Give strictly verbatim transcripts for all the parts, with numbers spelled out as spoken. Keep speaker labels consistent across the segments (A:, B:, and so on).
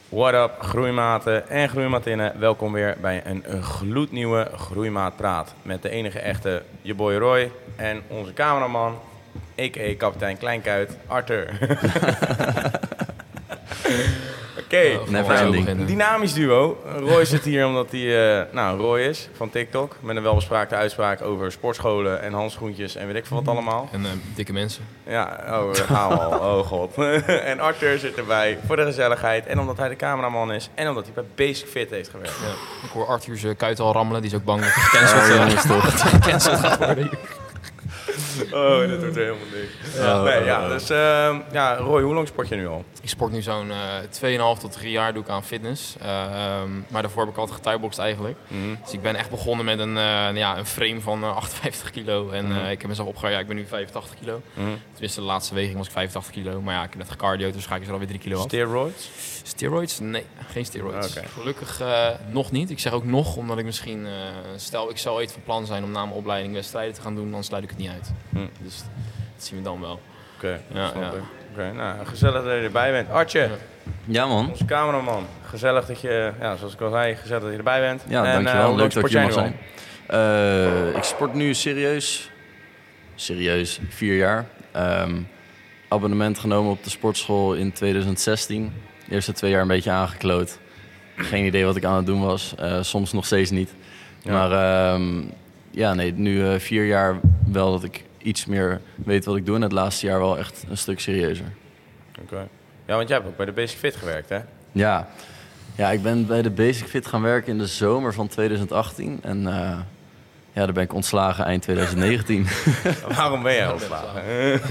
A: What up, groeimaten en groeimatinnen. Welkom weer bij een gloednieuwe Groeimaat Praat. Met de enige echte, je boy Roy en onze cameraman, a k a kapitein Kleinkuit, Arthur. Oké, okay. nou, dynamisch duo. Roy zit hier omdat hij, uh, nou, Roy is van TikTok. Met een welbespraakte uitspraak over sportscholen en handschoentjes en weet ik veel wat allemaal.
B: En uh, dikke mensen.
A: Ja, oh, we gaan al. Oh god. En Arthur zit erbij voor de gezelligheid. En omdat hij de cameraman is. En omdat hij bij Basic Fit heeft gewerkt.
B: Ja. Ik hoor Arthur zijn kuit al rammelen. Die is ook bang dat hij gecanceld, uh, dat hij gecanceld gaat worden.
A: Oh, dat wordt helemaal niks. Ja, nee, ja, dus uh, ja, Roy, hoe lang sport je nu al?
B: Ik sport nu zo'n uh, twee komma vijf tot drie jaar doe ik aan fitness. Uh, um, maar daarvoor heb ik altijd getuiboxd eigenlijk. Mm-hmm. Dus ik ben echt begonnen met een, uh, ja, een frame van uh, achtenvijftig kilo. En uh, mm-hmm. ik heb mezelf opgehaald, ja, ik ben nu vijfentachtig kilo. Mm-hmm. Tenminste, de laatste weging was ik vijfentachtig kilo. Maar ja, ik heb net gecardio, dus ga ik er alweer drie kilo af.
A: Steroids?
B: Steroids? Nee, geen steroids.
A: Okay.
B: Gelukkig uh, nog niet. Ik zeg ook nog, omdat ik misschien... Uh, stel, ik zou ooit van plan zijn om na mijn opleiding wedstrijden te gaan doen, dan sluit ik het niet uit. Mm. Dus dat zien we dan wel.
A: Oké, okay,
B: ja, ja.
A: okay, nou, gezellig dat je erbij bent. Artje,
C: ja, ja man.
A: Onze cameraman. Gezellig dat je, ja, zoals ik al zei, gezellig dat je erbij bent.
C: Ja,
A: en,
C: dankjewel.
A: Uh,
C: Leuk dat je mag zijn. Uh, ik sport nu serieus, serieus, vier jaar. Um, abonnement genomen op de sportschool in twintig zestien. De eerste twee jaar een beetje aangekloot. Geen idee wat ik aan het doen was. Uh, soms nog steeds niet. Ja. Maar um, ja, nee, nu uh, vier jaar wel dat ik iets meer weet wat ik doe. En het laatste jaar wel echt een stuk serieuzer.
A: Oké. Okay. Ja, want jij hebt ook bij de Basic Fit gewerkt, hè?
C: Ja. Ja, ik ben bij de Basic Fit gaan werken in de zomer van twintig achttien. En uh, ja, daar ben ik ontslagen eind twintig negentien.
A: Waarom ben jij ontslagen?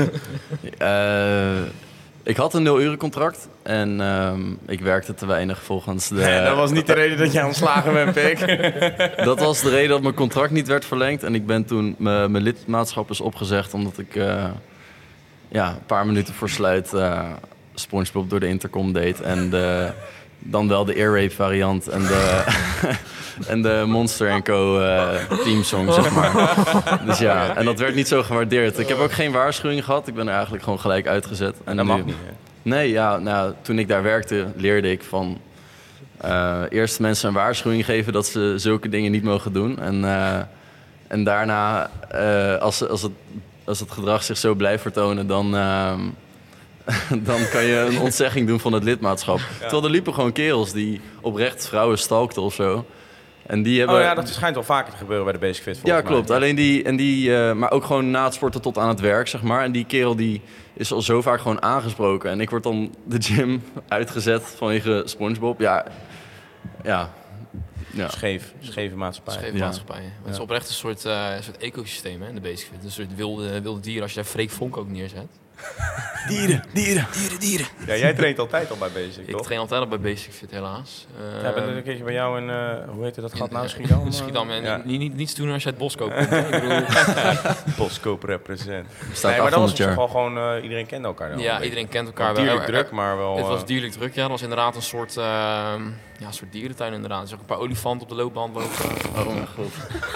C: uh, ik had een nul-urencontract en um, ik werkte te weinig volgens de...
A: Nee, dat was niet de reden dat jij ontslagen bent, Pik.
C: Dat was de reden dat mijn contract niet werd verlengd. En ik ben toen, mijn lidmaatschap is opgezegd omdat ik uh, ja, een paar minuten voor sluit uh, SpongeBob door de intercom deed. En de, dan wel de Air Rape variant en de, en de Monster en Co uh, teamsong, zeg maar. Dus ja, en dat werd niet zo gewaardeerd. Ik heb ook geen waarschuwing gehad. Ik ben er eigenlijk gewoon gelijk uitgezet.
A: En dat nu, mag niet, hè?
C: Nee, ja, nou, toen ik daar werkte leerde ik van... Uh, eerst mensen een waarschuwing geven dat ze zulke dingen niet mogen doen. En, uh, en daarna, uh, als, als, het, als het gedrag zich zo blijft vertonen, dan... Uh, dan kan je een ontzegging doen van het lidmaatschap. Ja. Terwijl er liepen gewoon kerels die oprecht vrouwen stalkten of zo. En die hebben...
A: Oh ja, dat schijnt wel vaker te gebeuren bij de Basic Fit.
C: Ja, klopt.
A: Mij.
C: Alleen die, en die, uh, maar ook gewoon na het sporten tot aan het werk, zeg maar. En die kerel die is al zo vaak gewoon aangesproken. En ik word dan de gym uitgezet vanwege SpongeBob. Ja, ja.
A: Ja. Scheef, scheve maatschappij.
B: Scheve
C: ja.
B: maatschappij. Ja. Het is oprecht een soort, uh, soort ecosysteem, hè, in de Basic Fit. Een soort wilde, wilde dieren als je daar Freek Vonk ook neerzet.
A: Dieren, dieren,
B: dieren, dieren.
A: Ja, jij traint altijd al bij Basic,
B: Ik
A: toch?
B: train altijd al bij Basic Fit, helaas.
A: Uh, ja, ben er een keertje bij jou in, uh, hoe heet dat gat nou, Schiedam?
B: In Schiedam, en
A: ja.
B: niet, niet, niets doen als je het Boskoop komt. Ik bedoel...
A: Boskoop represent.
C: Staat
A: nee, maar dat was op zich
C: jaar.
A: wel gewoon, uh, iedereen kende elkaar dan.
B: Ja, iedereen kent elkaar wel.
A: Dierlijk druk, maar wel...
B: Het was dierlijk druk, ja. Dat was inderdaad een soort, uh, ja, een soort dierentuin inderdaad. Er zag een paar olifanten op de loopband lopen.
C: Waarom? Goed.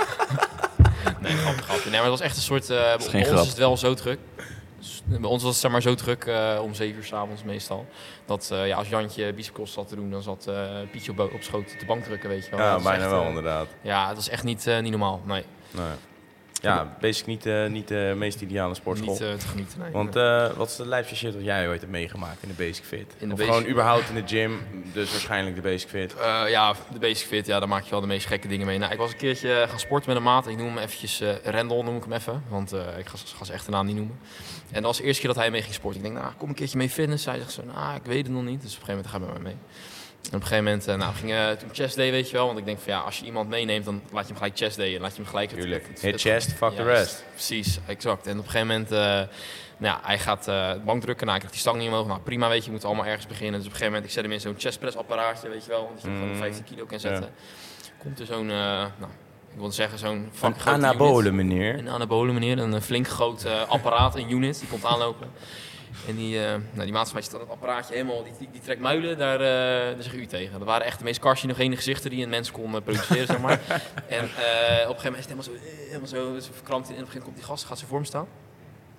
B: Nee, grapje, grapje. Nee, maar het was echt een soort... Uh, bij ons grap. Is het wel zo druk. Bij ons was het zeg maar zo druk, uh, om zeven uur 's avonds meestal, dat uh, ja, als Jantje bicepcross zat te doen, dan zat uh, Pietje op, op schoot op de bank drukken, weet je wel.
A: Ja,
B: dat
A: bijna
B: echt,
A: wel
B: uh,
A: inderdaad.
B: Ja, dat is echt niet, uh, niet normaal, nee.
A: nee. Ja, basic niet, uh, niet de meest ideale sportschool.
B: Niet uh, te genieten, nee.
A: Want uh, wat is de lijfje shit wat jij ooit hebt meegemaakt in de Basic Fit?
B: In de
A: of
B: basic...
A: gewoon überhaupt in de gym, dus waarschijnlijk de Basic Fit?
B: Uh, ja, de Basic Fit, ja, daar maak je wel de meest gekke dingen mee. Nou, ik was een keertje gaan sporten met een maat. Ik noem hem eventjes uh, Rendel, noem ik hem even. Want uh, ik ga, ga zijn echte naam niet noemen. En dat was de eerste keer dat hij mee ging sporten. Ik denk, nou, kom een keertje mee fitness. Hij zegt zo, nou, ik weet het nog niet. Dus op een gegeven moment ga ik met me mee. En op een gegeven moment, uh, nou, ging uh, toen chest day, weet je wel. Want ik denk van ja, als je iemand meeneemt, dan laat je hem gelijk chest day en laat je hem gelijk...
A: Tuurlijk,
B: het, het,
A: hit
B: het,
A: chest, fuck
B: ja,
A: the rest.
B: Precies, exact. En op een gegeven moment, uh, nou ja, hij gaat uh, bankdrukken. Nou, hij krijgt die stang niet omhoog. Nou, prima, weet je, je moet allemaal ergens beginnen. Dus op een gegeven moment, ik zet hem in zo'n chestpress apparaatje, weet je wel. Dat je mm. gewoon vijftien kilo kan zetten. Ja. Komt er zo'n, uh, nou, ik wil zeggen zo'n...
A: Een anabole meneer.
B: Een anabole meneer, een flink groot uh, apparaat, een unit, die komt aanlopen. En die, uh, nou, die maatschappij staat dat apparaatje helemaal, die, die, die trekt muilen, daar, uh, daar zeg u tegen. Dat waren echt de meest carcinogene gezichten die een mens kon uh, produceren, zeg maar. En uh, op een gegeven moment is het helemaal zo, helemaal zo, zo verkrampt. En op een gegeven moment komt die gast, gaat ze voor me staan.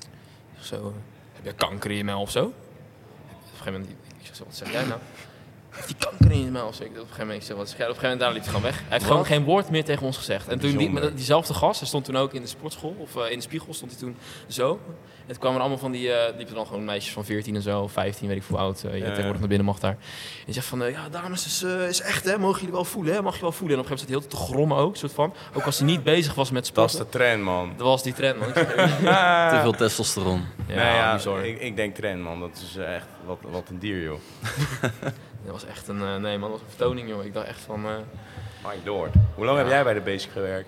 B: Zo, uh, heb je kanker in je mel of zo? Op een gegeven moment, ik zeg zo, wat zeg jij nou? heeft die kanker in je mel? Of zo. Op een gegeven moment, ik zeg, wat zeg jij? Op een gegeven moment daar liep hij gewoon weg. Hij heeft
C: Wat?
B: gewoon geen woord meer tegen ons gezegd. En toen die,
A: Bijzonder.
B: met diezelfde gast, hij stond toen ook in de sportschool, of uh, in de spiegel stond hij toen zo. En toen kwamen er allemaal van die, uh, liepen dan gewoon meisjes van veertien en zo, vijftien, weet ik hoe oud, uh, je
A: Ja,
B: tegenwoordig
A: ja.
B: naar binnen mag daar. En die zegt van, uh, ja dames, is, uh, is echt hè, mogen jullie wel voelen, hè? Mag je wel voelen. En op een gegeven moment zat hij heel te grommen ook, soort van. Ook als hij niet bezig was met
A: Dat is
B: sporten.
A: de trend, man.
B: Dat was die trend, man.
C: Te veel testosteron.
B: Ja,
A: nee, ja,
B: bizar.
A: ik, ik denk trend, man. Dat is echt wat, wat een dier, joh.
B: Dat was echt een, uh, nee man, dat was een vertoning, joh. Ik dacht echt van... Uh,
A: My lord. Hoe lang heb jij bij de Basic gewerkt?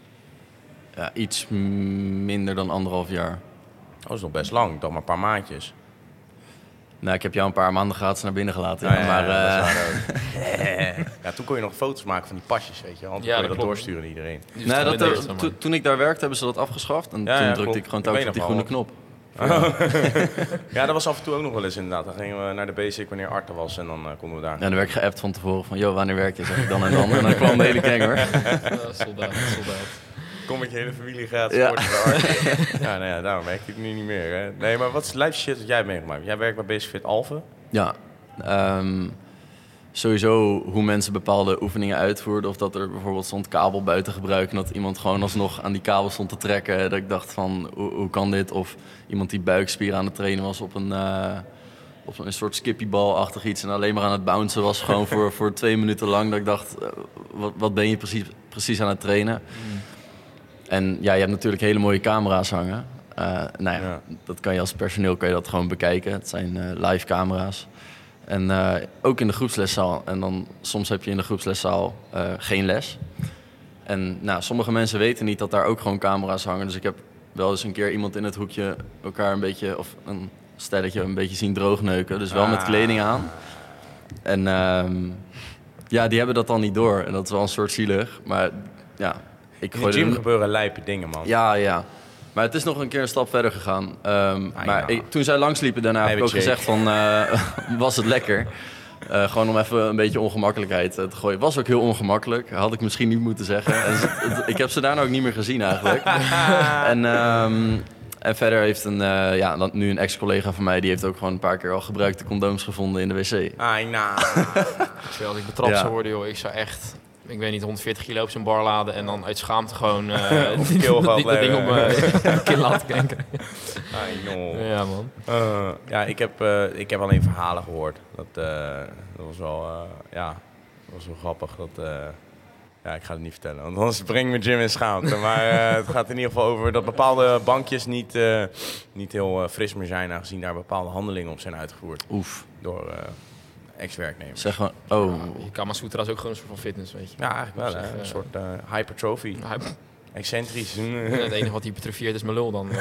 C: Ja, iets minder dan anderhalf jaar.
A: Oh, dat is nog best lang. Ik dacht maar een paar maandjes.
C: Nou, ik heb jou een paar maanden gratis naar binnen gelaten.
A: Nou
C: ja,
A: ja,
C: maar
A: dat is
C: eh,
A: waar ook. Ja, toen kon je nog foto's maken van die pasjes, weet je. Want
B: Ja,
A: kon je
B: dat
A: dat
B: klopt.
A: doorsturen aan iedereen.
B: die
C: nee,
B: was
C: dat
B: toch
C: er-
B: in de
C: to-
B: eerste,
C: toen ik daar werkte, hebben ze dat afgeschaft. En
A: Ja,
C: toen
A: ja,
C: drukte
A: klopt.
C: ik gewoon
A: Ik weet
C: telkens op die
A: nog
C: groene
A: wel.
C: knop.
A: Ja, dat was af en toe ook nog wel eens inderdaad. Dan gingen we naar de Basic wanneer Art er was en dan uh, konden we daar.
C: En dan werd ik geappt van tevoren van, joh, wanneer werk je? Zeg ik dan en dan. En dan kwam de hele gang, hoor.
B: man. Ja, soldaat, soldaat.
A: Kom met je hele familie gaat
C: Ja.
A: sporten bij Art. Ja, nou ja, daarom werk ik nu niet meer. Hè. Nee, maar wat is de lijfste shit dat jij hebt meegemaakt? Jij werkt bij Basic Fit Alphen.
C: Ja, ehm, sowieso hoe mensen bepaalde oefeningen uitvoerden. Of dat er bijvoorbeeld stond kabel buiten gebruiken. En dat iemand gewoon alsnog aan die kabel stond te trekken. Dat ik dacht van, hoe, hoe kan dit? Of iemand die buikspieren aan het trainen was op een, eh, op een soort skippybal-achtig iets. En alleen maar aan het bouncen was gewoon voor, voor twee minuten lang. Dat ik dacht, eh, wat, wat ben je precies, precies aan het trainen? En ja, je hebt natuurlijk hele mooie camera's hangen. Uh, nou ja,
A: Ja.
C: dat kan je als personeel kan je dat gewoon bekijken. Het zijn uh, live camera's. En uh, ook in de groepsleszaal. En dan soms heb je in de groepsleszaal uh, geen les. En nou, sommige mensen weten niet dat daar ook gewoon camera's hangen. Dus ik heb wel eens een keer iemand in het hoekje elkaar een beetje, of een stelletje een beetje zien droogneuken. Dus wel met
A: Ah.
C: kleding aan. En um, ja, die hebben dat dan niet door. En dat is wel een soort zielig. Maar ja, ik
A: In de
C: gooi
A: gym
C: er-
A: gebeuren lijpe dingen, man.
C: ja, ja. Maar het is nog een keer een stap verder gegaan. Um,
A: Ah,
C: maar
A: ja.
C: ik, toen zij langsliepen, daarna heb ik ook
A: Maybe
C: gezegd van, uh, was het lekker? Uh, gewoon om even een beetje ongemakkelijkheid uh, te gooien. Het was ook heel ongemakkelijk. Had ik misschien niet moeten zeggen. En het, het, ik heb ze daarna ook niet meer gezien eigenlijk. en, um, en verder heeft een, uh, ja, dan- nu een ex-collega van mij... die heeft ook gewoon een paar keer al gebruikte condooms gevonden in de wc.
A: Ai, nou.
B: Terwijl als ik betrapt
C: Ja.
B: zou worden, joh, ik zou echt, ik weet niet, honderdveertig kilo op zijn bar laden en dan uit schaamte gewoon uh,
A: Op de keel
B: dat
A: gaan
B: ding- dat ding op
A: blijven.
B: mijn mijn kin laten kijken.
A: Ai, joh.
B: Ja, man.
A: Uh, ja, ik heb, uh, ik heb alleen verhalen gehoord. Dat, uh, dat was wel, uh, ja, dat was wel grappig. Dat, uh, ja, ik ga het niet vertellen, want anders breng ik mijn gym in schaamte. Maar uh, het gaat in ieder geval over dat bepaalde bankjes niet, uh, niet heel uh, fris meer zijn, aangezien daar bepaalde handelingen op zijn uitgevoerd
C: Oef.
A: door uh, ex-werknemers.
C: Zeg gewoon, oh.
B: Je Kama Sutra is ook gewoon een soort van fitness, weet je.
A: Ja, eigenlijk wel, hè?
B: Zeg, uh,
A: Een soort uh, hypertrophy,
B: Hij-
A: excentrisch.
B: Het enige wat hypertrofieert is mijn lul dan.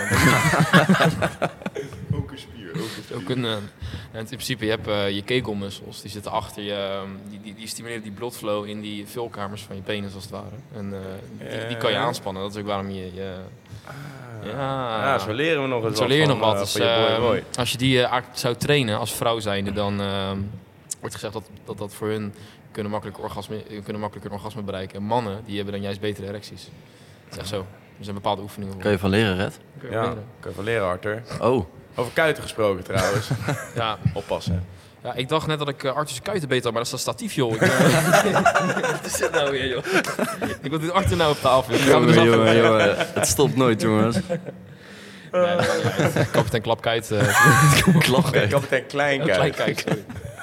A: Ook een spier, ook een spier.
B: Ook een, uh, in principe, je hebt uh, je kegelmussels, die zitten achter je, um, die, die, die stimuleren die bloedflow in die vulkamers van je penis als het ware. En uh, die, die kan je
A: Ja.
B: aanspannen, dat is ook waarom je... je ja,
A: Ja, zo leren we nog eens
B: zo
A: wat
B: leer je
A: van,
B: nog wat.
A: uh,
B: Dus,
A: van je boy
B: uh,
A: Roy.
B: als je die uh, act zou trainen als vrouw zijnde, dan uh, wordt gezegd dat, dat dat voor hun kunnen makkelijker orgasme, kunnen makkelijker een orgasme bereiken. En mannen, die hebben dan juist betere erecties. Dat is echt zo. Er zijn bepaalde oefeningen voor.
C: Kan je van leren, Red?
B: Kun je
A: Ja,
B: leren.
A: kan je van leren, Arthur.
C: Oh.
A: Over kuiten gesproken trouwens.
B: Ja,
A: Oppassen.
B: ja, ik dacht net dat ik uh, Arthur's kuiten beter had, maar dat is dat statief, joh. Ik, uh, wat is dit nou weer, joh? Ik wil dit Arthur nou op tafel. Ik ga me dus
C: Jongen,
B: af.
C: jongen, jongen. Het stopt nooit, jongens.
B: Nee, dat maakt niet uit. Kapitein Klapkuit. Uh,
C: Klap.
A: Nee, kapitein Kleinkuit.
B: klein kijk, sorry.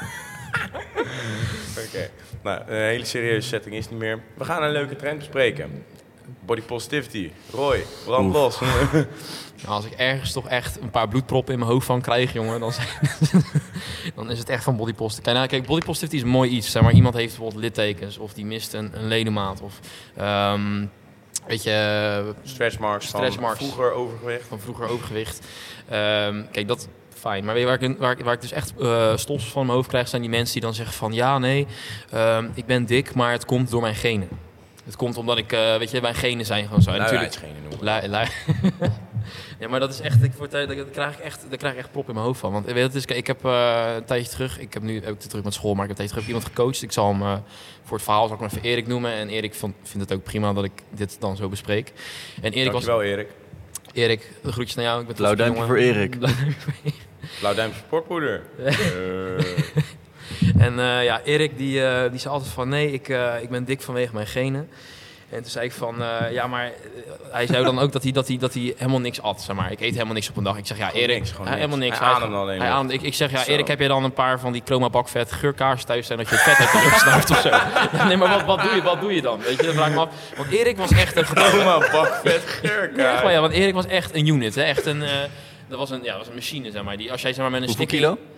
A: Oké. Nou, een hele serieuze setting is het niet meer. We gaan een leuke trend bespreken. Body positivity. Roy, brand
C: Oef.
A: los.
B: Nou, als ik ergens toch echt een paar bloedproppen in mijn hoofd van krijg, jongen, dan, zijn, dan is het echt van body positivity. Kijk, nou, kijk, body positivity is een mooi iets. Zeg maar, iemand heeft bijvoorbeeld littekens of die mist een, een ledemaat of um, weet je,
A: Stretch marks van
B: Stretch marks.
A: vroeger overgewicht.
B: van vroeger overgewicht. Um, kijk, dat fijn. Maar weet je, waar ik, waar ik, waar ik dus echt uh, stolsels van mijn hoofd krijg, zijn die mensen die dan zeggen van ja, nee, um, ik ben dik, maar het komt door mijn genen. Het komt omdat ik, uh, weet je, mijn genen zijn gewoon zo. En natuurlijk.
A: Luiheid noemen.
B: Lui, lui. Ja, maar dat is echt, ik word, daar, daar krijg ik echt, daar krijg ik echt prop in mijn hoofd van. Want weet je, het is, ik heb uh, een tijdje terug, ik heb nu heb ik terug met school, maar ik heb een tijdje terug iemand gecoacht. Ik zal hem uh, voor het verhaal zal ik hem even Erik noemen. En Erik vond, vindt het ook prima dat ik dit dan zo bespreek. En Erik was,
A: Dankjewel, Erik.
B: Erik, de groetjes naar jou. Ik ben
C: Blauw
B: trots op je,
C: duimpje
B: jongen.
C: voor Erik.
B: Blauw duimpje voor Erik.
A: Blauw duimpje sportpoeder. Uh,
B: En uh, ja, Erik die, uh, die zei altijd van nee, ik, uh, ik ben dik vanwege mijn genen. En toen zei ik van, uh, ja, maar uh, hij zei dan ook dat hij, dat, hij, dat hij helemaal niks at, zeg maar. Ik eet helemaal niks op een dag. Ik zeg, ja, Erik,
A: niks,
B: hij, helemaal niks.
A: Hij ademde alleen
B: hij ademde, ik, ik zeg, ja,
A: Zo.
B: Erik, heb jij dan een paar van die chroma bakvet geurkaarsen thuis zijn dat je het vet hebt opgesnuift of zo? Ja, nee, maar wat, wat, doe je, wat doe je dan? Weet je, dat vraag ik me af. Want Erik was echt een
A: chroma bakvet geurkaars.
B: Ja, echt wel, ja, want Erik was echt een unit, hè. Echt een, uh, dat was een, ja, was een machine, zeg maar. Die, als jij zeg maar met een
C: Hoeveel
B: sticker...
C: kilo?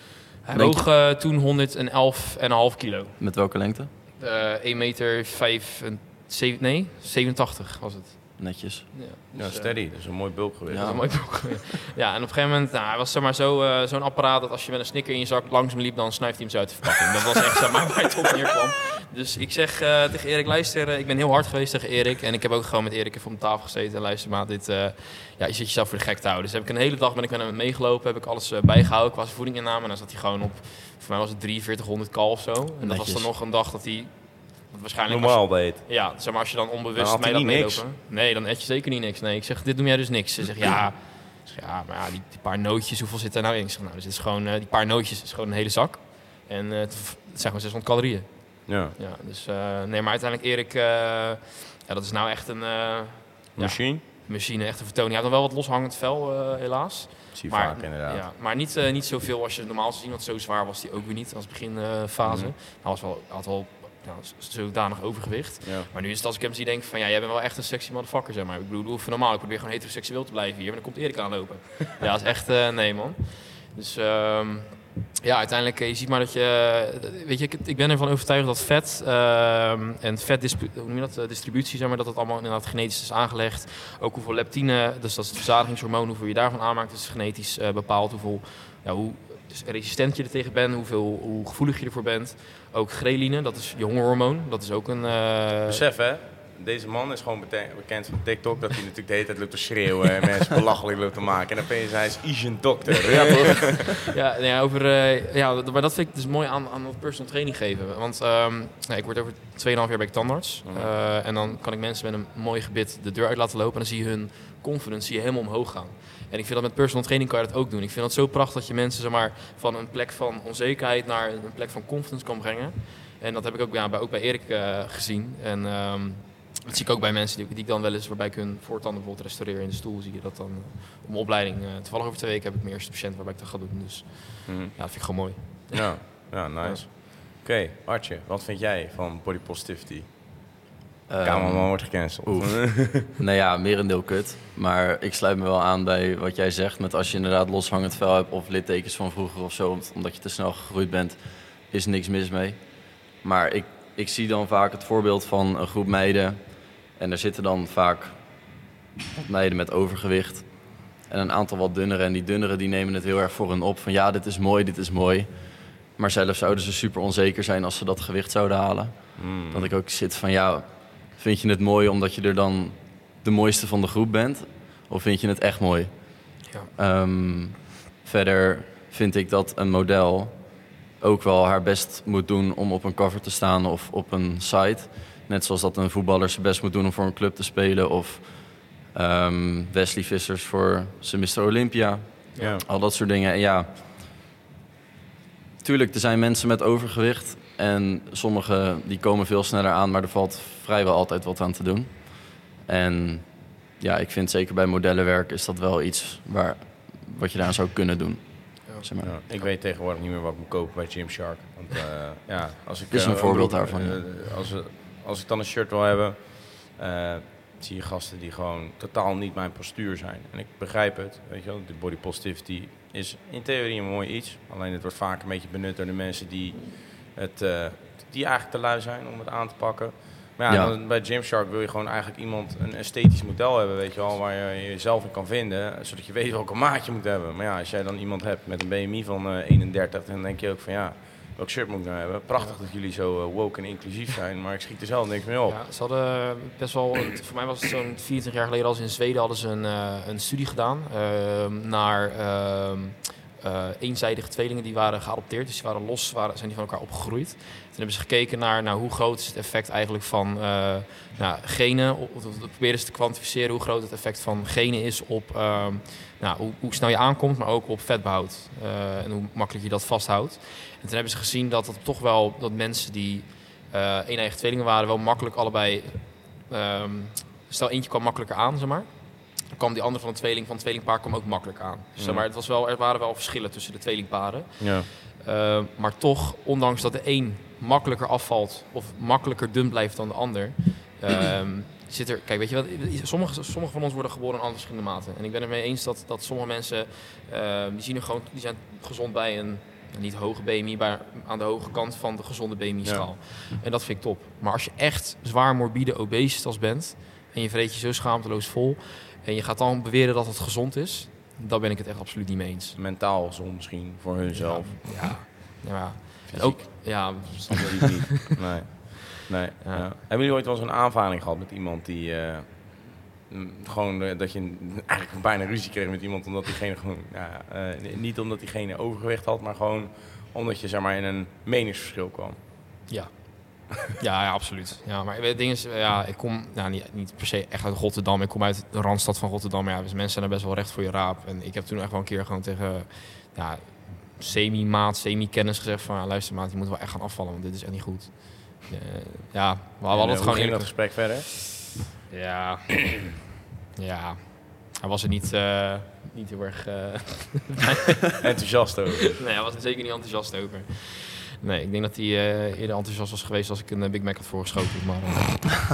B: Hij woog uh, toen honderdelf komma vijf kilo.
C: Met welke lengte?
B: Uh, één meter vijf... Zeven, nee, zevenentachtig was het.
C: Netjes.
B: Ja,
A: dus, ja steady.
B: Uh,
A: dat is een mooi bulk geweest.
B: Ja, dat is een mooi bulk. Ja, en op een gegeven moment, nou, hij was zeg maar zo, uh, zo'n apparaat dat als je met een snicker in je zak langs hem liep, dan snuift hij hem zo uit de verpakking. Dat was echt zeg maar waar het op neerkwam. Dus ik zeg uh, tegen Erik, luister, uh, ik ben heel hard geweest tegen Erik. En ik heb ook gewoon met Erik even op de tafel gezeten. En luister maar, dit, uh, ja, je zit jezelf voor de gek te houden. Dus heb ik een hele dag ben ik met hem meegelopen, heb ik alles uh, bijgehouden qua zijn voedinginname. En dan zat hij gewoon op, voor mij was het drieënveertighonderd kal of zo. En dat
C: Netjes.
B: was dan nog een dag dat hij... Waarschijnlijk
A: normaal deed.
B: Ja, zeg maar als je dan onbewust
A: dan
B: mee
A: had
B: laat
A: hij
B: meelopen. Nee, dan eet je zeker niet niks. Nee, ik zeg, dit noem jij dus niks. Ze zegt, ja, zeg, ja, maar ja, die, die paar nootjes, hoeveel zit er nou in? Ik zeg, nou, dus het is gewoon, uh, die paar nootjes is gewoon een hele zak. En uh, het zijn gewoon zeshonderd calorieën.
A: Ja.
B: Ja, dus uh, nee, maar uiteindelijk Erik, uh, ja, dat is nou echt een... Uh,
A: machine?
B: Ja, machine, echt een vertoning. Hij had dan wel wat loshangend vel, uh, helaas.
A: Zie je
B: maar,
A: vaak inderdaad.
B: Ja, maar niet, uh, niet zoveel als je normaal zou zien, want zo zwaar was hij ook weer niet als beginfase. Uh, mm. Hij was wel, had wel ja, zodanig overgewicht.
A: Ja.
B: Maar nu is het als ik hem zie denk van ja, jij bent wel echt een sexy motherfucker, zeg maar. Ik bedoel, doe even normaal. Ik probeer gewoon heteroseksueel te blijven hier, maar dan komt Erik aanlopen. Ja, dat is echt, uh, nee man. Dus um, ja, uiteindelijk, je ziet maar dat je, weet je, ik, ik ben ervan overtuigd dat vet uh, en vet, hoe noem je dat, uh, distributie, zeg maar, dat het allemaal inderdaad genetisch is aangelegd. Ook hoeveel leptine, dus dat is het verzadigingshormoon, hoeveel je daarvan aanmaakt, is genetisch uh, bepaald. Hoeveel, ja, hoe dus resistent je er tegen bent, hoeveel, hoe gevoelig je ervoor bent. Ook ghreline, dat is je hongerhormoon, dat is ook een... Uh...
A: Besef hè, deze man is gewoon bekend van TikTok, dat hij natuurlijk de hele tijd loopt te schreeuwen en mensen belachelijk loopt te maken. En dan ben je, hij is Asian dokter.
B: Ja, toch? Ja, nee, over, uh, ja, maar dat vind ik dus mooi aan, aan het personal training geven. Want um, nee, ik word over twee komma vijf jaar bij tandarts. Uh, uh, en dan kan ik mensen met een mooi gebit de deur uit laten lopen. En dan zie je hun confidence zie je helemaal omhoog gaan. En ik vind dat met personal training kan je dat ook doen. Ik vind het zo prachtig dat je mensen zeg maar, van een plek van onzekerheid naar een plek van confidence kan brengen. En dat heb ik ook, ja, bij, ook bij Erik uh, gezien. En um, dat zie ik ook bij mensen die, die ik dan wel eens, waarbij ik hun voortanden bijvoorbeeld restaureren in de stoel, zie je dat dan uh, op mijn opleiding. Uh, toevallig over twee weken heb ik mijn eerste patiënt waarbij ik dat ga doen. Dus mm-hmm. ja, dat vind ik gewoon mooi.
A: Ja, ja nice. Ja. Oké, okay, Artje, wat vind jij van body positivity? Um, Kamerman wordt gecanceld.
C: Nou ja, merendeel kut. Maar ik sluit me wel aan bij wat jij zegt. Met als je inderdaad loshangend vel hebt of littekens van vroeger of zo, omdat je te snel gegroeid bent, is niks mis mee. Maar ik, ik zie dan vaak het voorbeeld van een groep meiden. En er zitten dan vaak wat meiden met overgewicht. En een aantal wat dunnere. En die dunnere die nemen het heel erg voor hun op. Van ja, dit is mooi, dit is mooi. Maar zelf zouden ze super onzeker zijn als ze dat gewicht zouden halen. Mm. Dat ik ook zit van ja, vind je het mooi omdat je er dan de mooiste van de groep bent? Of vind je het echt mooi? Ja. Um, verder vind ik dat een model ook wel haar best moet doen om op een cover te staan of op een site. Net zoals dat een voetballer zijn best moet doen om voor een club te spelen. Of um, Wesley Vissers voor zijn mister Olympia. Ja. Al dat soort dingen. En ja, tuurlijk, er zijn mensen met overgewicht. En sommigen die komen veel sneller aan, maar er valt vrijwel altijd wat aan te doen. En ja, ik vind zeker bij modellenwerk is dat wel iets waar, wat je daar zou kunnen doen. Zeg maar.
A: Ja, ik weet tegenwoordig niet meer wat ik moet kopen bij Gymshark. Want, uh, ja, als ik,
C: is een uh, voorbeeld broek, daarvan.
A: Uh, als, als ik dan een shirt wil hebben, uh, zie je gasten die gewoon totaal niet mijn postuur zijn. En ik begrijp het, weet je wel. De body positivity is in theorie een mooi iets. Alleen het wordt vaak een beetje benut door de mensen die, het, uh, die eigenlijk te lui zijn om het aan te pakken. Maar ja, ja. Dan, bij Gymshark wil je gewoon eigenlijk iemand, een esthetisch model hebben, weet je wel, waar je jezelf in kan vinden, zodat je weet welke maat je moet hebben. Maar ja, als jij dan iemand hebt met een B M I van uh, eenendertig, dan denk je ook van ja, welk shirt moet ik nou hebben? Prachtig ja. dat jullie zo uh, woke en inclusief zijn, maar ik schiet er zelf niks mee op.
B: Ja, ze hadden best wel, voor mij was het zo'n vierentwintig jaar geleden als in Zweden hadden ze een, uh, een studie gedaan uh, naar uh, uh, eenzijdige tweelingen die waren geadopteerd. Dus die waren los, waren, zijn die van elkaar opgegroeid. Toen hebben ze gekeken naar nou, hoe groot is het effect eigenlijk van uh, nou, genen. Of, of proberen ze te kwantificeren hoe groot het effect van genen is op uh, nou, hoe, hoe snel je aankomt, maar ook op vetbehoud. Uh, en hoe makkelijk je dat vasthoudt. En toen hebben ze gezien dat het toch wel dat mensen die uh, een-eigen tweelingen waren, wel makkelijk allebei. Um, stel eentje kwam makkelijker aan, zeg maar. Dan kwam die andere van de tweeling van het tweelingpaar kwam ook makkelijk aan. Dus, zeg maar, het was wel, er waren wel verschillen tussen de tweelingparen.
A: Ja.
B: Uh, maar toch, ondanks dat de een makkelijker afvalt of makkelijker dun blijft dan de ander, uh, zit er. Kijk, weet je wat? Sommige, sommige van ons worden geboren aan alle verschillende maten. En ik ben het mee eens dat, dat sommige mensen uh, die zien er gewoon, die zijn gezond bij een niet hoge B M I, maar aan de hoge kant van de gezonde B M I-schaal. Ja. En dat vind ik top. Maar als je echt zwaar morbide obesitas bent en je vreet je zo schaamteloos vol en je gaat dan beweren dat het gezond is, dan ben ik het echt absoluut niet mee eens.
A: Mentaal gezond misschien voor hunzelf.
B: Ja, ja. ja. En ook, ja,
A: dat niet. Nee. Nee. Ja. Ja. Hebben jullie ooit wel eens een aanvaring gehad met iemand die uh, gewoon uh, dat je eigenlijk bijna ruzie kreeg met iemand omdat diegene gewoon ja, uh, niet omdat diegene overgewicht had, maar gewoon omdat je zeg maar in een meningsverschil kwam?
B: Ja. Ja, ja, absoluut. Ja, maar het ding is, ja, ik kom nou, niet, niet per se echt uit Rotterdam. Ik kom uit de randstad van Rotterdam. Ja, dus mensen zijn er best wel recht voor je raap. En ik heb toen echt wel een keer gewoon tegen ja, semi-maat, semi-kennis gezegd van... Ja, luister maat, je moet wel echt gaan afvallen, want dit is echt niet goed. Uh, ja, we hadden het gewoon
A: ging dat gesprek verder?
B: Ja, ja. Hij was er niet, uh, niet heel erg uh,
A: enthousiast over.
B: Nee, hij was er zeker niet enthousiast over. Nee, ik denk dat hij uh, eerder enthousiast was geweest als ik een uh, Big Mac had voorgeschoten. Maar, uh...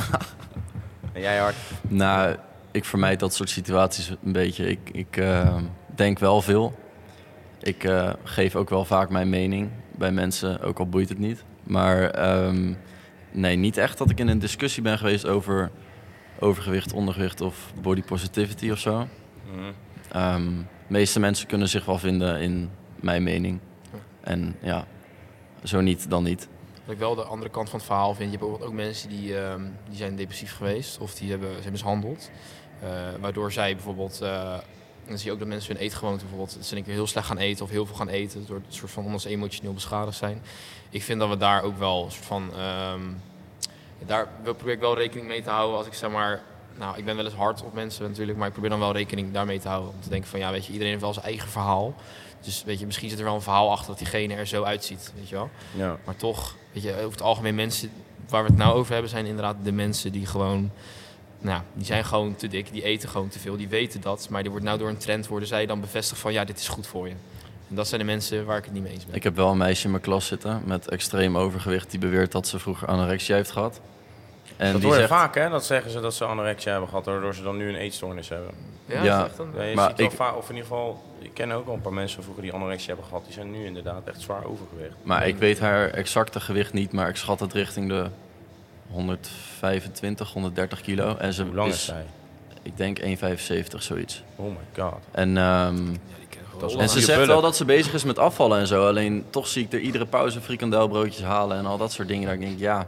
A: En jij, Hart?
C: Nou, ik vermijd dat soort situaties een beetje. Ik, ik uh, denk wel veel. Ik uh, geef ook wel vaak mijn mening bij mensen, ook al boeit het niet. Maar um, nee, niet echt dat ik in een discussie ben geweest over overgewicht, ondergewicht of body positivity of zo. Mm-hmm. Um, de meeste mensen kunnen zich wel vinden in mijn mening. En ja... Zo niet, dan niet.
B: Wat ik wel de andere kant van het verhaal vind, je hebt bijvoorbeeld ook mensen die, um, die zijn depressief geweest of die hebben, zijn mishandeld. Uh, waardoor zij bijvoorbeeld, uh, dan zie je ook dat mensen hun eetgewoonte bijvoorbeeld, dat ze een keer heel slecht gaan eten of heel veel gaan eten, door het soort van anders emotioneel beschadigd zijn. Ik vind dat we daar ook wel een soort van, um, daar probeer ik wel rekening mee te houden als ik zeg maar, nou ik ben wel eens hard op mensen natuurlijk, maar ik probeer dan wel rekening daarmee te houden. Om te denken van ja, weet je, iedereen heeft wel zijn eigen verhaal. Dus weet je, misschien zit er wel een verhaal achter dat diegene er zo uitziet, weet je wel. Ja. Maar toch, weet je, over het algemeen mensen waar we het nou over hebben, zijn inderdaad de mensen die gewoon, nou, die zijn gewoon te dik, die eten gewoon te veel, die weten dat. Maar die wordt nou door een trend, worden zij dan bevestigd van, ja, dit is goed voor je. En dat zijn de mensen waar ik het niet mee eens ben.
C: Ik heb wel een meisje in mijn klas zitten met extreem overgewicht die beweert dat ze vroeger anorexia heeft gehad.
A: En dat die hoor je zegt... vaak, hè? Dat zeggen ze dat ze anorexia hebben gehad, waardoor ze dan nu een eetstoornis hebben.
B: Ja,
C: ja.
B: Dat is echt een...
A: ja je
C: maar
A: ziet wel
C: ik...
A: vaak, of in ieder geval, ik ken ook al een paar mensen vroeger die anorexia hebben gehad. Die zijn nu inderdaad echt zwaar overgewicht.
C: Maar ik weet haar exacte gewicht niet, maar ik schat het richting de honderdvijfentwintig, honderddertig kilo. En ze
A: Hoe lang
C: is,
A: is zij?
C: Ik denk één komma vijfenzeventig, zoiets.
A: Oh my god.
C: En, um, ja, en ze zegt bullen. wel dat ze bezig is met afvallen en zo. Alleen toch zie ik er iedere pauze frikandelbroodjes halen en al dat soort dingen. Daar denk ik, ja...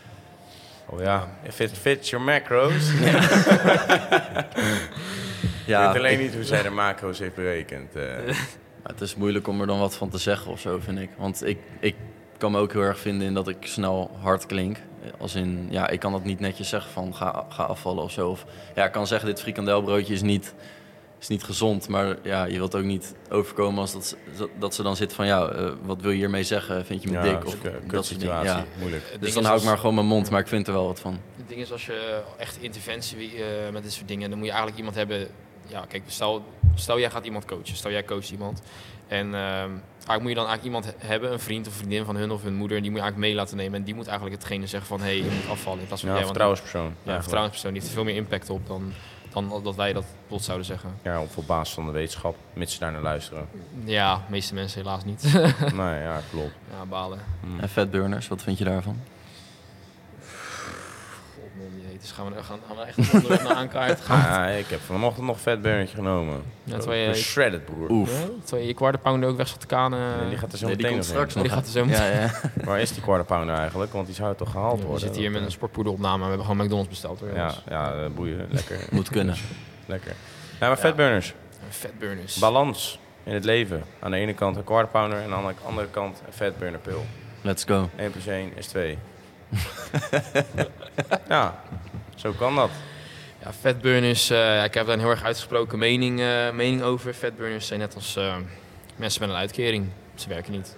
A: Oh ja, if it fits your macros.
C: Ja.
A: Ja, ik weet alleen ik... niet hoe zij de macro's heeft berekend. Uh.
C: Het is moeilijk om er dan wat van te zeggen of zo, vind ik. Want ik, ik kan me ook heel erg vinden in dat ik snel hard klink. Als in, ja, ik kan dat niet netjes zeggen van ga, ga afvallen of zo. Of, ja, ik kan zeggen dit frikandelbroodje is niet, is niet gezond. Maar ja, je wilt ook niet overkomen als dat, dat ze dan zit van ja, uh, wat wil je hiermee zeggen? Vind je me
A: ja,
C: dik? Of
A: dat is een situatie, ja. Moeilijk.
C: Dus dan hou ik maar gewoon mijn mond, maar ik vind er wel wat van.
B: Het ding is, als je echt interventie uh, met dit soort dingen, dan moet je eigenlijk iemand hebben. Ja, kijk, stel, stel jij gaat iemand coachen, stel jij coacht iemand. En uh, eigenlijk moet je dan eigenlijk iemand hebben, een vriend of vriendin van hun of hun moeder, die moet je eigenlijk mee laten nemen. En die moet eigenlijk hetgene zeggen van hé, hey, je moet afvallen. In plaats van
A: ja,
B: jij,
A: een vertrouwenspersoon.
B: Ja, een vertrouwenspersoon. Die heeft er veel meer impact op dan, dan dat wij dat plots zouden zeggen.
A: Ja, op basis van de wetenschap, mits ze daar naar luisteren.
B: Ja, de meeste mensen helaas niet.
A: Nee, ja, klopt.
B: Ja, balen.
C: Hmm. En fatburners, wat vind je daarvan?
B: Dus gaan we, gaan, gaan we echt onderweg naar aankaart gaan.
A: Ja, ik heb vanochtend nog fatburnertje genomen.
B: Ja, terwijl je
A: shredded, broer.
C: Oef.
B: Ja, terwijl je je quarter pounder ook weg zat te kanen.
A: Nee, die gaat er zo
C: nee,
A: meteen
C: die komt straks nog.
B: Die gaat er zo meteen.
C: Ja, ja.
A: Waar is die quarter pounder eigenlijk? Want die zou toch gehaald
B: ja,
A: worden?
B: We zitten hier met een sportpoederopname. We hebben gewoon McDonald's besteld. Hoor,
A: ja, ja, boeien. Lekker.
C: Moet kunnen.
A: Lekker. Ja, maar fatburners.
B: Fatburners.
A: Balans. in het leven. Aan de ene kant een quarter pounder en aan de andere kant een fatburner pil.
C: Let's go.
A: één plus één is twee. Ja, zo kan dat.
B: Ja, fatburners, uh, ik heb daar een heel erg uitgesproken mening, uh, mening over. Fatburners zijn net als uh, mensen met een uitkering. Ze werken niet.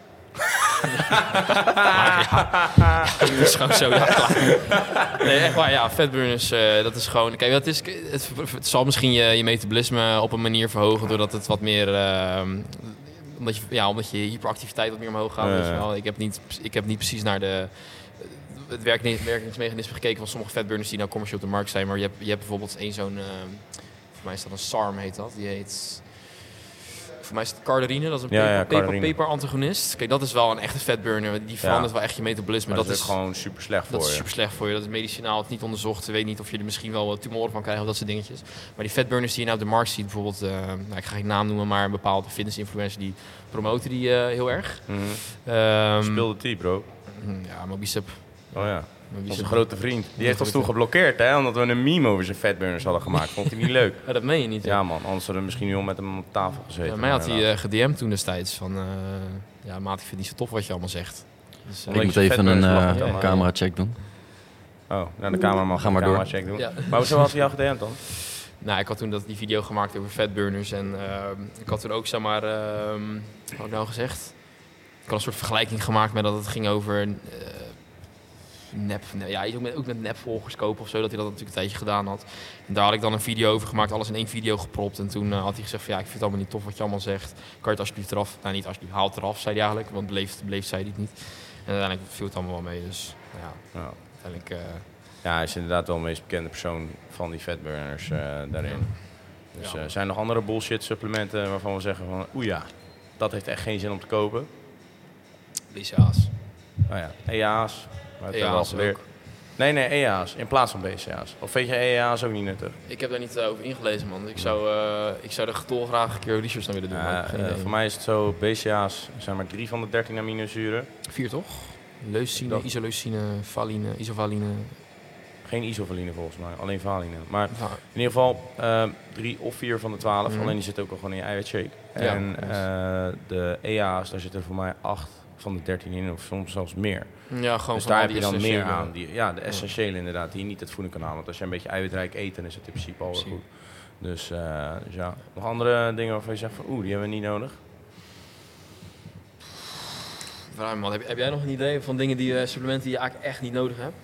B: Maar, ja, dat is gewoon zo. Ja, klaar. Nee, echt waar. Ja, fatburners, uh, dat is gewoon... Kijk, dat is, het, het zal misschien je, je metabolisme op een manier verhogen... doordat het wat meer... Uh, omdat, je, ja, omdat je hyperactiviteit wat meer omhoog gaat.
A: Uh,
B: weet je wel. Ik, heb niet, ik heb niet precies naar de... het werkingsmechanisme gekeken van sommige fatburners die nou commercieel op de markt zijn. Maar je hebt, je hebt bijvoorbeeld één zo'n... Uh, voor mij is dat een S A R M heet dat. Die heet... Voor mij is het cardarine, dat is een
A: ja,
B: peper,
A: ja,
B: peper, peper-antagonist. Kijk, dat is wel een echte fatburner. Die verandert ja. wel echt je metabolisme.
A: Maar
B: dat,
A: dat
B: is
A: gewoon super slecht voor
B: dat
A: je.
B: Dat is super slecht voor je. Dat is medicinaal, het is niet onderzocht. Je weet niet of je er misschien wel tumoren van krijgt of dat soort dingetjes. Maar die fatburners die je nou op de markt ziet, bijvoorbeeld... Uh, nou, ik ga geen naam noemen, maar een bepaalde fitness-influencer... die promoten die uh, heel erg.
A: Mm-hmm.
B: Um,
A: Speelde die, bro?
B: Ja, Mobicep.
A: Oh ja. Onze grote vriend. Die heeft ons toen geblokkeerd, hè? Omdat we een meme over zijn fatburners hadden gemaakt. Vond hij niet leuk.
B: Ja, dat meen je niet. Hè?
A: Ja man, anders hadden we misschien nu al met hem op tafel gezeten.
B: Ja, mij had hij uh, ged'd toen destijds van... Uh, ja, maat, ik vind het niet zo tof wat je allemaal zegt.
C: Dus, uh, ik moet even een uh, ja, camera-check doen.
A: Oh, nou de cameraman
C: gaat maar door.
A: Check doen. Ja. Maar hoezo had hij jou ged'd dan?
B: Nou, ik had toen dat, die video gemaakt over fatburners. En uh, ik had toen ook, zeg maar... Uh, wat had ik nou gezegd? Ik had een soort vergelijking gemaakt met dat het ging over... Uh, Nep, ja, ook met, ook met nepvolgers kopen of zo, dat hij dat natuurlijk een tijdje gedaan had. En daar had ik dan een video over gemaakt, alles in één video gepropt. En toen uh, had hij gezegd van ja, ik vind het allemaal niet tof wat je allemaal zegt. Kan je het alsjeblieft eraf? Nou, niet alsjeblieft, haal het eraf, zei hij eigenlijk. Want beleefd, beleefd zei hij het niet. En uiteindelijk viel het allemaal wel mee, dus ja, ja. uiteindelijk... Uh,
A: ja, hij is inderdaad wel de meest bekende persoon van die fatburners uh, daarin. Ja. Dus uh, zijn er nog andere bullshit supplementen waarvan we zeggen van oeh ja, dat heeft echt geen zin om te kopen?
B: B C A's.
A: Oh ja, E A's. Maar
B: E A's ook.
A: Nee, nee, E A's in plaats van B C A's. Of vind je E A's ook niet nuttig?
B: Ik heb daar niet uh, over ingelezen, man. Ik zou, uh, ik zou er dolgraag een keer research naar willen doen.
A: Uh, uh, voor mij is het zo, B C A's zijn maar drie van de dertien aminozuren.
B: Vier toch? Leucine, isoleucine, valine, isovaline.
A: Geen isovaline volgens mij, alleen valine. Maar ja. in ieder geval uh, drie of vier van de twaalf. Mm. Alleen die zitten ook al gewoon in je eiwitshake. Ja, en uh, de E A's, daar zitten voor mij acht van de dertien in, of soms zelfs meer.
B: Ja, gewoon
A: dus daar heb je dan meer aan. Die, ja, de essentiële inderdaad, die je niet het voeding kan halen. Want als je een beetje eiwitrijk eet, dan is het in principe al wel goed. Dus, uh, dus ja, nog andere dingen waarvan je zegt van oeh, die hebben we niet nodig?
B: Vraag me, man. Heb, heb jij nog een idee van dingen die uh, supplementen die je eigenlijk echt niet nodig hebt?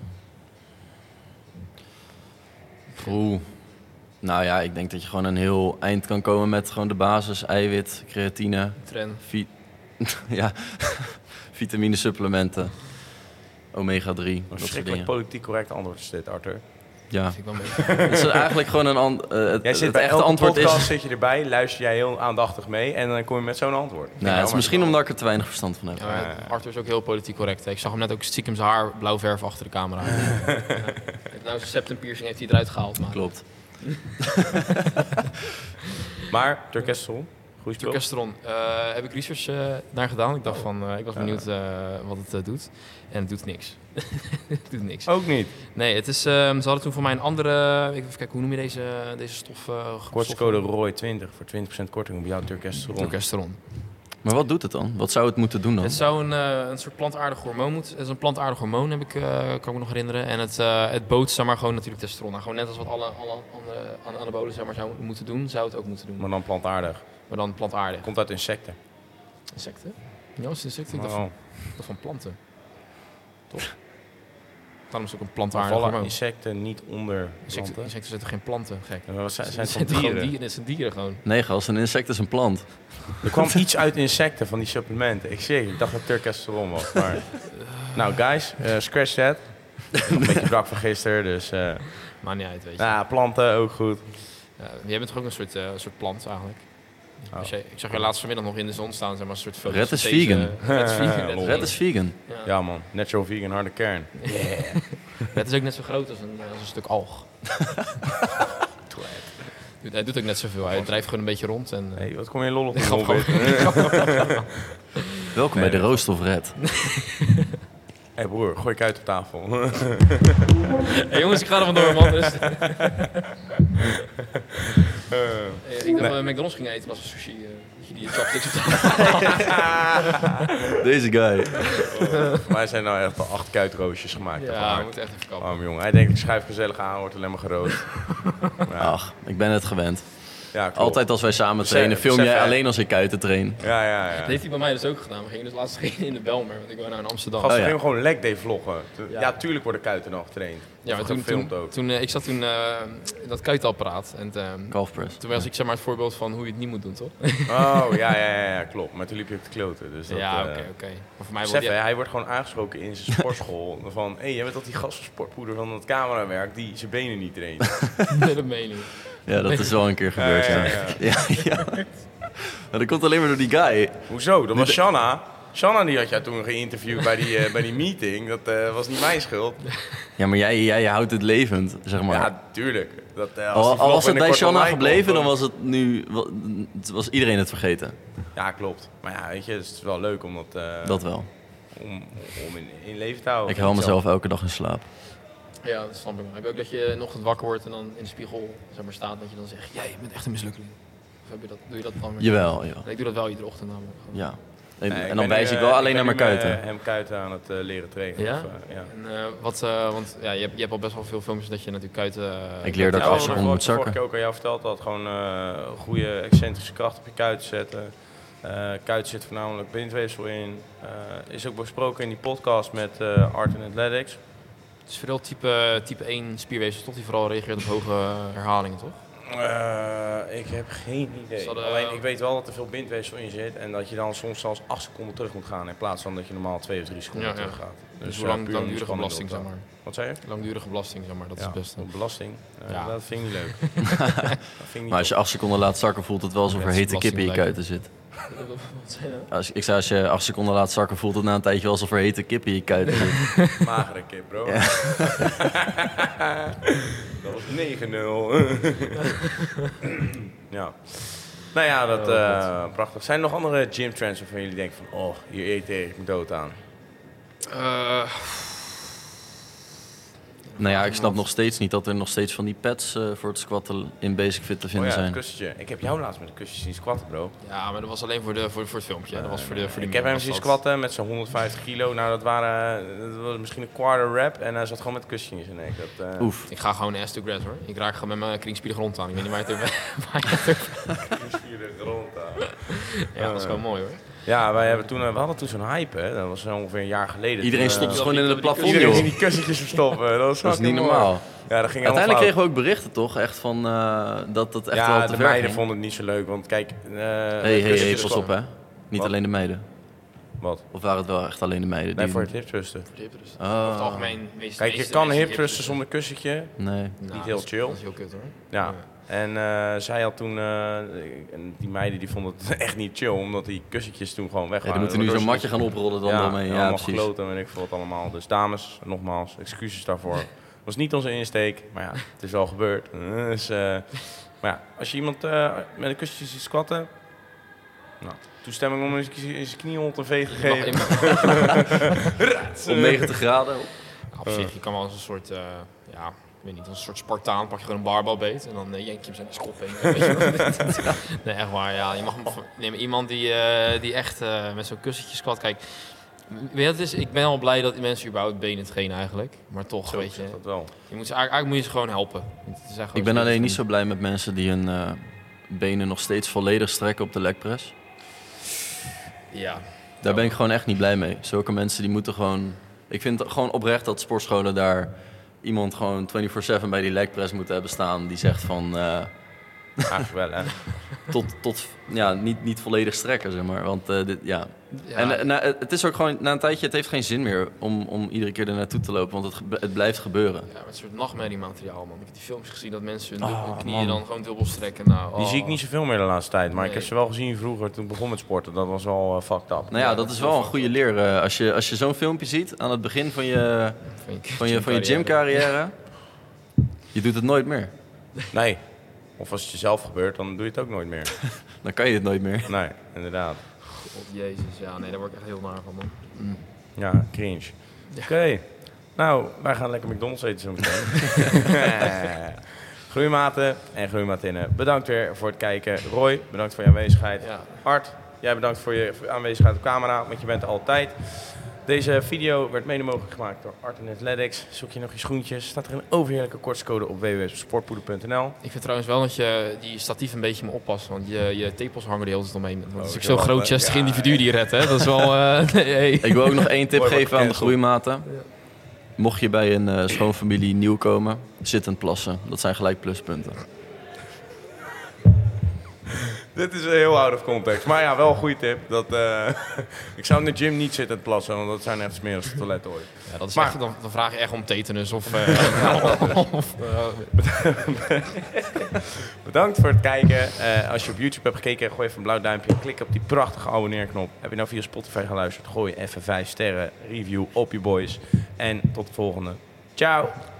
C: Oeh. Nou ja, ik denk dat je gewoon een heel eind kan komen met gewoon de basis, eiwit, creatine.
B: Tren.
C: Vi- ja, vitamine supplementen, omega drie, dat soort dingen.
A: Politiek correct antwoord is dit, Arthur.
C: Ja, het is eigenlijk gewoon een an- uh, het,
A: jij zit
C: het
A: bij
C: echte
A: elke
C: antwoord
A: podcast
C: is...
A: zit je erbij, luister jij heel aandachtig mee en dan kom je met zo'n antwoord.
C: Nou, het is misschien omdat ik er te weinig verstand van heb.
B: Ja, ja. Arthur is ook heel politiek correct. Hè. Ik zag hem net ook stiekem zijn haar blauw verven achter de camera. ja. Ja. Nou, zijn septum piercing heeft hij eruit gehaald. Maar.
C: Klopt.
A: Maar Turkesterol?
B: Turkesterol. Uh, heb ik research uh, naar gedaan. Ik dacht van, uh, ik was benieuwd uh, wat het uh, doet. En het doet niks. Het doet niks.
A: Ook niet?
B: Nee, het is, uh, ze hadden toen voor mij een andere... Even kijken, hoe noem je deze, deze stof? Uh,
A: Kortscode R O Y twintig voor twintig procent korting op jouw Turkesterol.
B: Turkesterol.
C: Maar wat doet het dan? Wat zou het moeten doen dan?
B: Het zou een, uh, een soort plantaardig hormoon moeten. Het is een plantaardig hormoon, heb ik, uh, kan ik me nog herinneren. En het, uh, het bood zeg maar, gewoon natuurlijk testosteron. Nou, gewoon net als wat alle, alle andere anabolen zeg maar, zouden moeten doen, zou het ook moeten doen.
A: Maar dan plantaardig?
B: Maar dan plantaardig.
A: Komt uit insecten.
B: Insecten? Ja, is het insecten? Ik dacht,
A: oh.
B: van, dacht van planten. Toch? Daarom is het ook een plantaardig
A: hormoon.
B: hormoon.
A: Insecten niet onder
B: insecten, insecten zitten geen planten, gek.
A: Ja, wat zijn, zijn
B: het
A: zijn dieren?
B: dieren? Het zijn dieren gewoon.
C: Nee, gast, een insect is een plant.
A: Er kwam iets uit insecten van die supplementen. Ik zie, ik dacht dat Turkesterol was. Maar... nou, guys, uh, scratch that. Een beetje brak van gisteren, dus... Uh...
B: Maakt niet uit, weet je.
A: Ja, planten ook goed.
B: Ja, jij bent toch ook een soort, uh, soort plant eigenlijk? Oh. Jij, ik zag je laatst vanmiddag nog in de zon staan, zeg maar, een soort foto's.
C: Red is vegan.
B: Red is vegan.
C: Red is vegan.
A: Ja. ja man, natural vegan, harde kern.
B: Yeah. Red is ook net zo groot als een, als een stuk alg. Hij doet ook net zoveel. Hij drijft gewoon een beetje rond. En, uh...
A: hey, wat kom je lol op?
C: Welkom nee, bij de Roost of Red.
A: Hé hey broer, gooi ik uit op tafel.
B: Hey jongens, ik ga er vandoor man. Dus. Uh, ik dacht dat we McDonald's gingen eten als we sushi. Uh, dat je die chopsticks op
C: Deze guy.
A: Oh, wij zijn nou echt al acht kuitroosjes gemaakt.
B: Ja, we moeten echt even kappen.
A: Arme jongen. Hij denkt, ik schuif gezellig aan, wordt alleen maar geroost.
C: Ja. Ach, ik ben het gewend.
A: Ja,
C: altijd als wij samen trainen, film jij alleen als ik kuiten train.
A: Ja, ja, ja.
B: Dat heeft hij bij mij dus ook gedaan. We gingen dus laatst in de Belmer, want ik woon nou in Amsterdam.
A: Gast, we
C: oh, ja.
A: gingen gewoon leg day vloggen. Ja, ja tuurlijk worden kuiten nog getraind.
B: Ja, maar toen, toen, ook. toen uh, ik zat toen uh, in dat kuitapparaat. En uh,
C: Calfpress.
B: Toen was ja. ik zeg maar het voorbeeld van hoe je het niet moet doen, toch?
A: Oh, ja, ja, ja, ja, klopt. Maar toen liep je op de kloten. Dus dat,
B: ja, oké,
A: uh,
B: oké. Okay, okay.
A: Besef, hij... hij wordt gewoon aangesproken in zijn sportschool. Van, hé, hey, jij bent toch die gast van sportpoeder van het camerawerk die zijn benen niet traint.
B: Nee, dat meen ik.
C: Ja, dat is wel een keer gebeurd, ja. ja, ja. ja, ja. Maar dat komt alleen maar door die guy.
A: Hoezo? Dat was Shanna. Shanna die had jij toen geïnterviewd bij die, uh, bij die meeting. Dat uh, was niet mijn schuld.
C: Ja, maar jij, jij houdt het levend, zeg maar.
A: Ja, tuurlijk. Dat, uh, als
C: al, al was het bij Shanna gebleven,
A: komt,
C: dan was het nu... was iedereen het vergeten.
A: Ja, klopt. Maar ja, weet je, het is wel leuk om dat... Uh,
C: dat wel.
A: Om, om in, in leven te houden.
C: Ik hou mezelf elke dag in slaap.
B: Ja, dat snap ik wel. Heb je ook dat je nog wakker wordt en dan in de spiegel zeg maar, staat dat je dan zegt, jij bent echt een mislukkeling? Of heb je dat, doe je dat dan weer?
C: Jawel, ja.
B: Ik doe dat wel iedere ochtend namelijk.
C: Ja. En,
A: nee,
C: en dan wijs ik wel uh, alleen ik naar mijn kuiten.
A: Ik ben hem kuiten aan het uh, leren trainen.
B: Ja?
A: Of, uh, ja.
B: En, uh, wat, uh, want ja, je, hebt, je hebt al best wel veel filmpjes dat je natuurlijk kuiten... Uh,
C: ik leer dat ik acht seconden moet zakken.
A: Wat ik ook aan jou verteld had, gewoon uh, goede excentrische kracht op je kuiten zetten. Uh, kuit zit voornamelijk bindweefsel in. Uh, is ook besproken in die podcast met uh, Art and Athletics.
B: Het is vooral type, type één spierweefsel, toch? Die vooral reageert op hoge herhalingen, toch?
A: Uh, ik heb geen idee.
B: Hadden,
A: Alleen ik weet wel dat er veel bindweefsel in zit en dat je dan soms zelfs acht seconden terug moet gaan in plaats van dat je normaal twee of drie seconden ja, terug gaat.
B: Dus, dus hoe lang, langdurige belasting, zeg maar.
A: Wat zei je?
B: Langdurige belasting, zeg maar, dat ja, is het beste.
A: Belasting? Uh, ja. Dat vind ik niet leuk.
C: dat vind ik niet maar als je acht seconden laat zakken, voelt het wel alsof er hete kip in je kuiten zit.
B: Wat zei je nou?
C: Als, ik zei, als je acht seconden laat zakken, voelt het na een tijdje wel alsof er hete kip in je kuiten zit.
A: Magere kip, bro. Ja. Dat was negen nul. Ja. Nou ja, dat uh, prachtig. Zijn er nog andere gym trends waarvan jullie denken van, oh, hier irriteer ik me dood aan?
B: Uh,
C: Nou ja, ik snap nog steeds niet dat er nog steeds van die pads uh, voor het squatten in Basic Fit te vinden
A: oh ja,
C: zijn.
A: Kussentje. Ik heb jou laatst met een kussentje zien squatten, bro.
B: Ja, maar dat was alleen voor, de, voor, voor het filmpje. Uh, dat was voor de, voor
A: ik heb hem zien squatten met zo'n honderdvijftig kilo. Nou, dat, waren, dat was misschien een quarter rep en hij zat gewoon met kussentjes in. Dat, uh...
B: Oef. Ik ga gewoon ass to grass, hoor. Ik raak gewoon met mijn kringspier de grond aan. Ik weet niet waar je het over
A: kringspier de grond aan.
B: Ja, dat is gewoon mooi, hoor.
A: Ja, wij hebben toen, we hadden toen zo'n hype, hè. Dat was ongeveer een jaar geleden.
C: Iedereen
A: toen,
C: stond
A: uh,
C: gewoon in het plafond,
A: Iedereen
C: joh.
A: ging die kussentjes verstoppen. Dat was,
C: dat was niet normaal.
A: Ja, dat ging
C: uiteindelijk kregen we ook berichten, toch? Echt van, uh, dat dat echt
A: ja,
C: wel te
A: de
C: ver
A: meiden
C: ging.
A: vonden het niet zo leuk, want kijk... Uh,
C: hey, hey, hey, pas op, hè. Niet
A: Wat?
C: alleen de meiden.
A: Wat?
C: Of waren het wel echt alleen de meiden?
A: Nee,
C: die
A: voor het hip thrusten.
B: Voor het hip thrusten.
C: Oh.
B: Over het algemeen... Meest,
A: Kijk, je
B: meeste
A: kan
B: mensen
A: hip thrusten zonder kussentje.
C: Nee.
A: Niet
B: nou,
A: heel
B: dat is,
A: chill.
B: Dat is heel kut, hoor.
A: Ja. ja. En uh, zij had toen... Uh, die meiden die vonden het echt niet chill, omdat die kussentjes toen gewoon weg waren.
C: Ja, die moeten nu zo'n matje gaan oprollen dan
A: ja,
C: eromheen. Ja,
A: allemaal
C: precies.
A: gekloten en ik veel wat allemaal. Dus dames, nogmaals, excuses daarvoor. Was niet onze insteek, maar ja, het is wel gebeurd. Dus, uh, maar ja, als je iemand uh, met een kussentje ziet squatten, nou, toestemming om in zijn knie onder te vegen geven.
C: Op negentig graden.
B: Ja, op zich, je kan wel als een soort, uh, ja, ik weet niet, als een soort Spartaan, pak je gewoon een barbelbeet en dan uh, jenk je hem zijn schop heen. Nee, echt waar, ja. Je mag neem iemand die, uh, die echt uh, met zo'n kussentje squat, kijk. Weet je, het is, ik ben al blij dat die mensen überhaupt benen trainen eigenlijk. Maar toch,
A: zo,
B: weet je,
A: dat wel.
B: je moet ze, eigenlijk moet je ze gewoon helpen. Het is
C: ik ben alleen niet zo blij met mensen die hun uh, benen nog steeds volledig strekken op de leg press.
B: Ja.
C: Daar ben ik gewoon echt niet blij mee. Zulke mensen die moeten gewoon... Ik vind het gewoon oprecht dat sportscholen daar iemand gewoon vierentwintig zeven bij die leg press moeten hebben staan. Die zegt van... Uh,
A: Eigenlijk wel, hè?
C: tot, tot, ja, niet, niet volledig strekken, zeg maar. Want uh, dit, ja...
B: Ja.
C: En uh, nou, het is ook gewoon, na een tijdje, het heeft geen zin meer om, om iedere keer er naartoe te lopen, want het, het blijft gebeuren.
B: Ja, met een soort nachtmerriemateriaal, man. Ik heb die films gezien dat mensen hun,
C: oh,
B: hun knieën
C: man.
B: dan gewoon dubbel strekken. Nou, oh.
A: Die zie ik niet zoveel meer de laatste tijd, maar
B: Nee.
A: ik heb ze wel gezien vroeger toen ik begon met sporten. Dat was wel uh, fucked up.
C: Nou ja, dat is wel een goede leer. Uh, als je, als je zo'n filmpje ziet aan het begin van je, van je, van je gymcarrière, je doet het nooit meer.
A: Nee. Of als het jezelf gebeurt, dan doe je het ook nooit meer.
C: Dan kan je het nooit meer.
A: Nee, inderdaad.
B: God, jezus. Ja, nee, daar word ik echt heel naar van, man. Mm.
A: Ja, cringe. Ja. Oké. Okay. Nou, wij gaan lekker McDonald's eten zo meteen. Groeimaten en groeimatinnen, bedankt weer voor het kijken. Roy, bedankt voor je aanwezigheid.
B: Ja.
A: Art, jij bedankt voor je aanwezigheid op camera, want je bent er altijd. Deze video werd mede mogelijk gemaakt door Art en Athletics. Zoek je nog je schoentjes, staat er een overheerlijke kortingscode op w w w punt sportpoeder punt n l.
B: Ik vind trouwens wel dat je die statief een beetje moet oppassen, want je, je tepels hangen er heel tijd omheen. Want het is
A: Oh,
B: ook zo'n
A: zo
B: groot
A: lang,
B: chestig
A: ja,
B: individu die je redt, hè? Dat is wel... Uh, nee, hey.
C: Ik wil ook nog één tip
A: Mooi, wat
C: geven aan de
A: gecanceld.
C: groeimaten. Mocht je bij een uh, schoonfamilie nieuw komen, zittend plassen. Dat zijn gelijk pluspunten.
A: Dit is heel out of context, maar ja, wel een goede tip. Dat, uh, ik zou in de gym niet zitten plassen, want dat zijn echt smerige toiletten ooit.
B: Ja, dat is
A: Maar-
B: echt, dan, dan vraag je echt om tetanus of... Uh, of uh,
A: Bedankt voor het kijken. Uh, als je op YouTube hebt gekeken, gooi even een blauw duimpje. Klik op die prachtige abonneerknop. Heb je nou via Spotify geluisterd? Gooi even vijf sterren review op je boys. En tot de volgende. Ciao!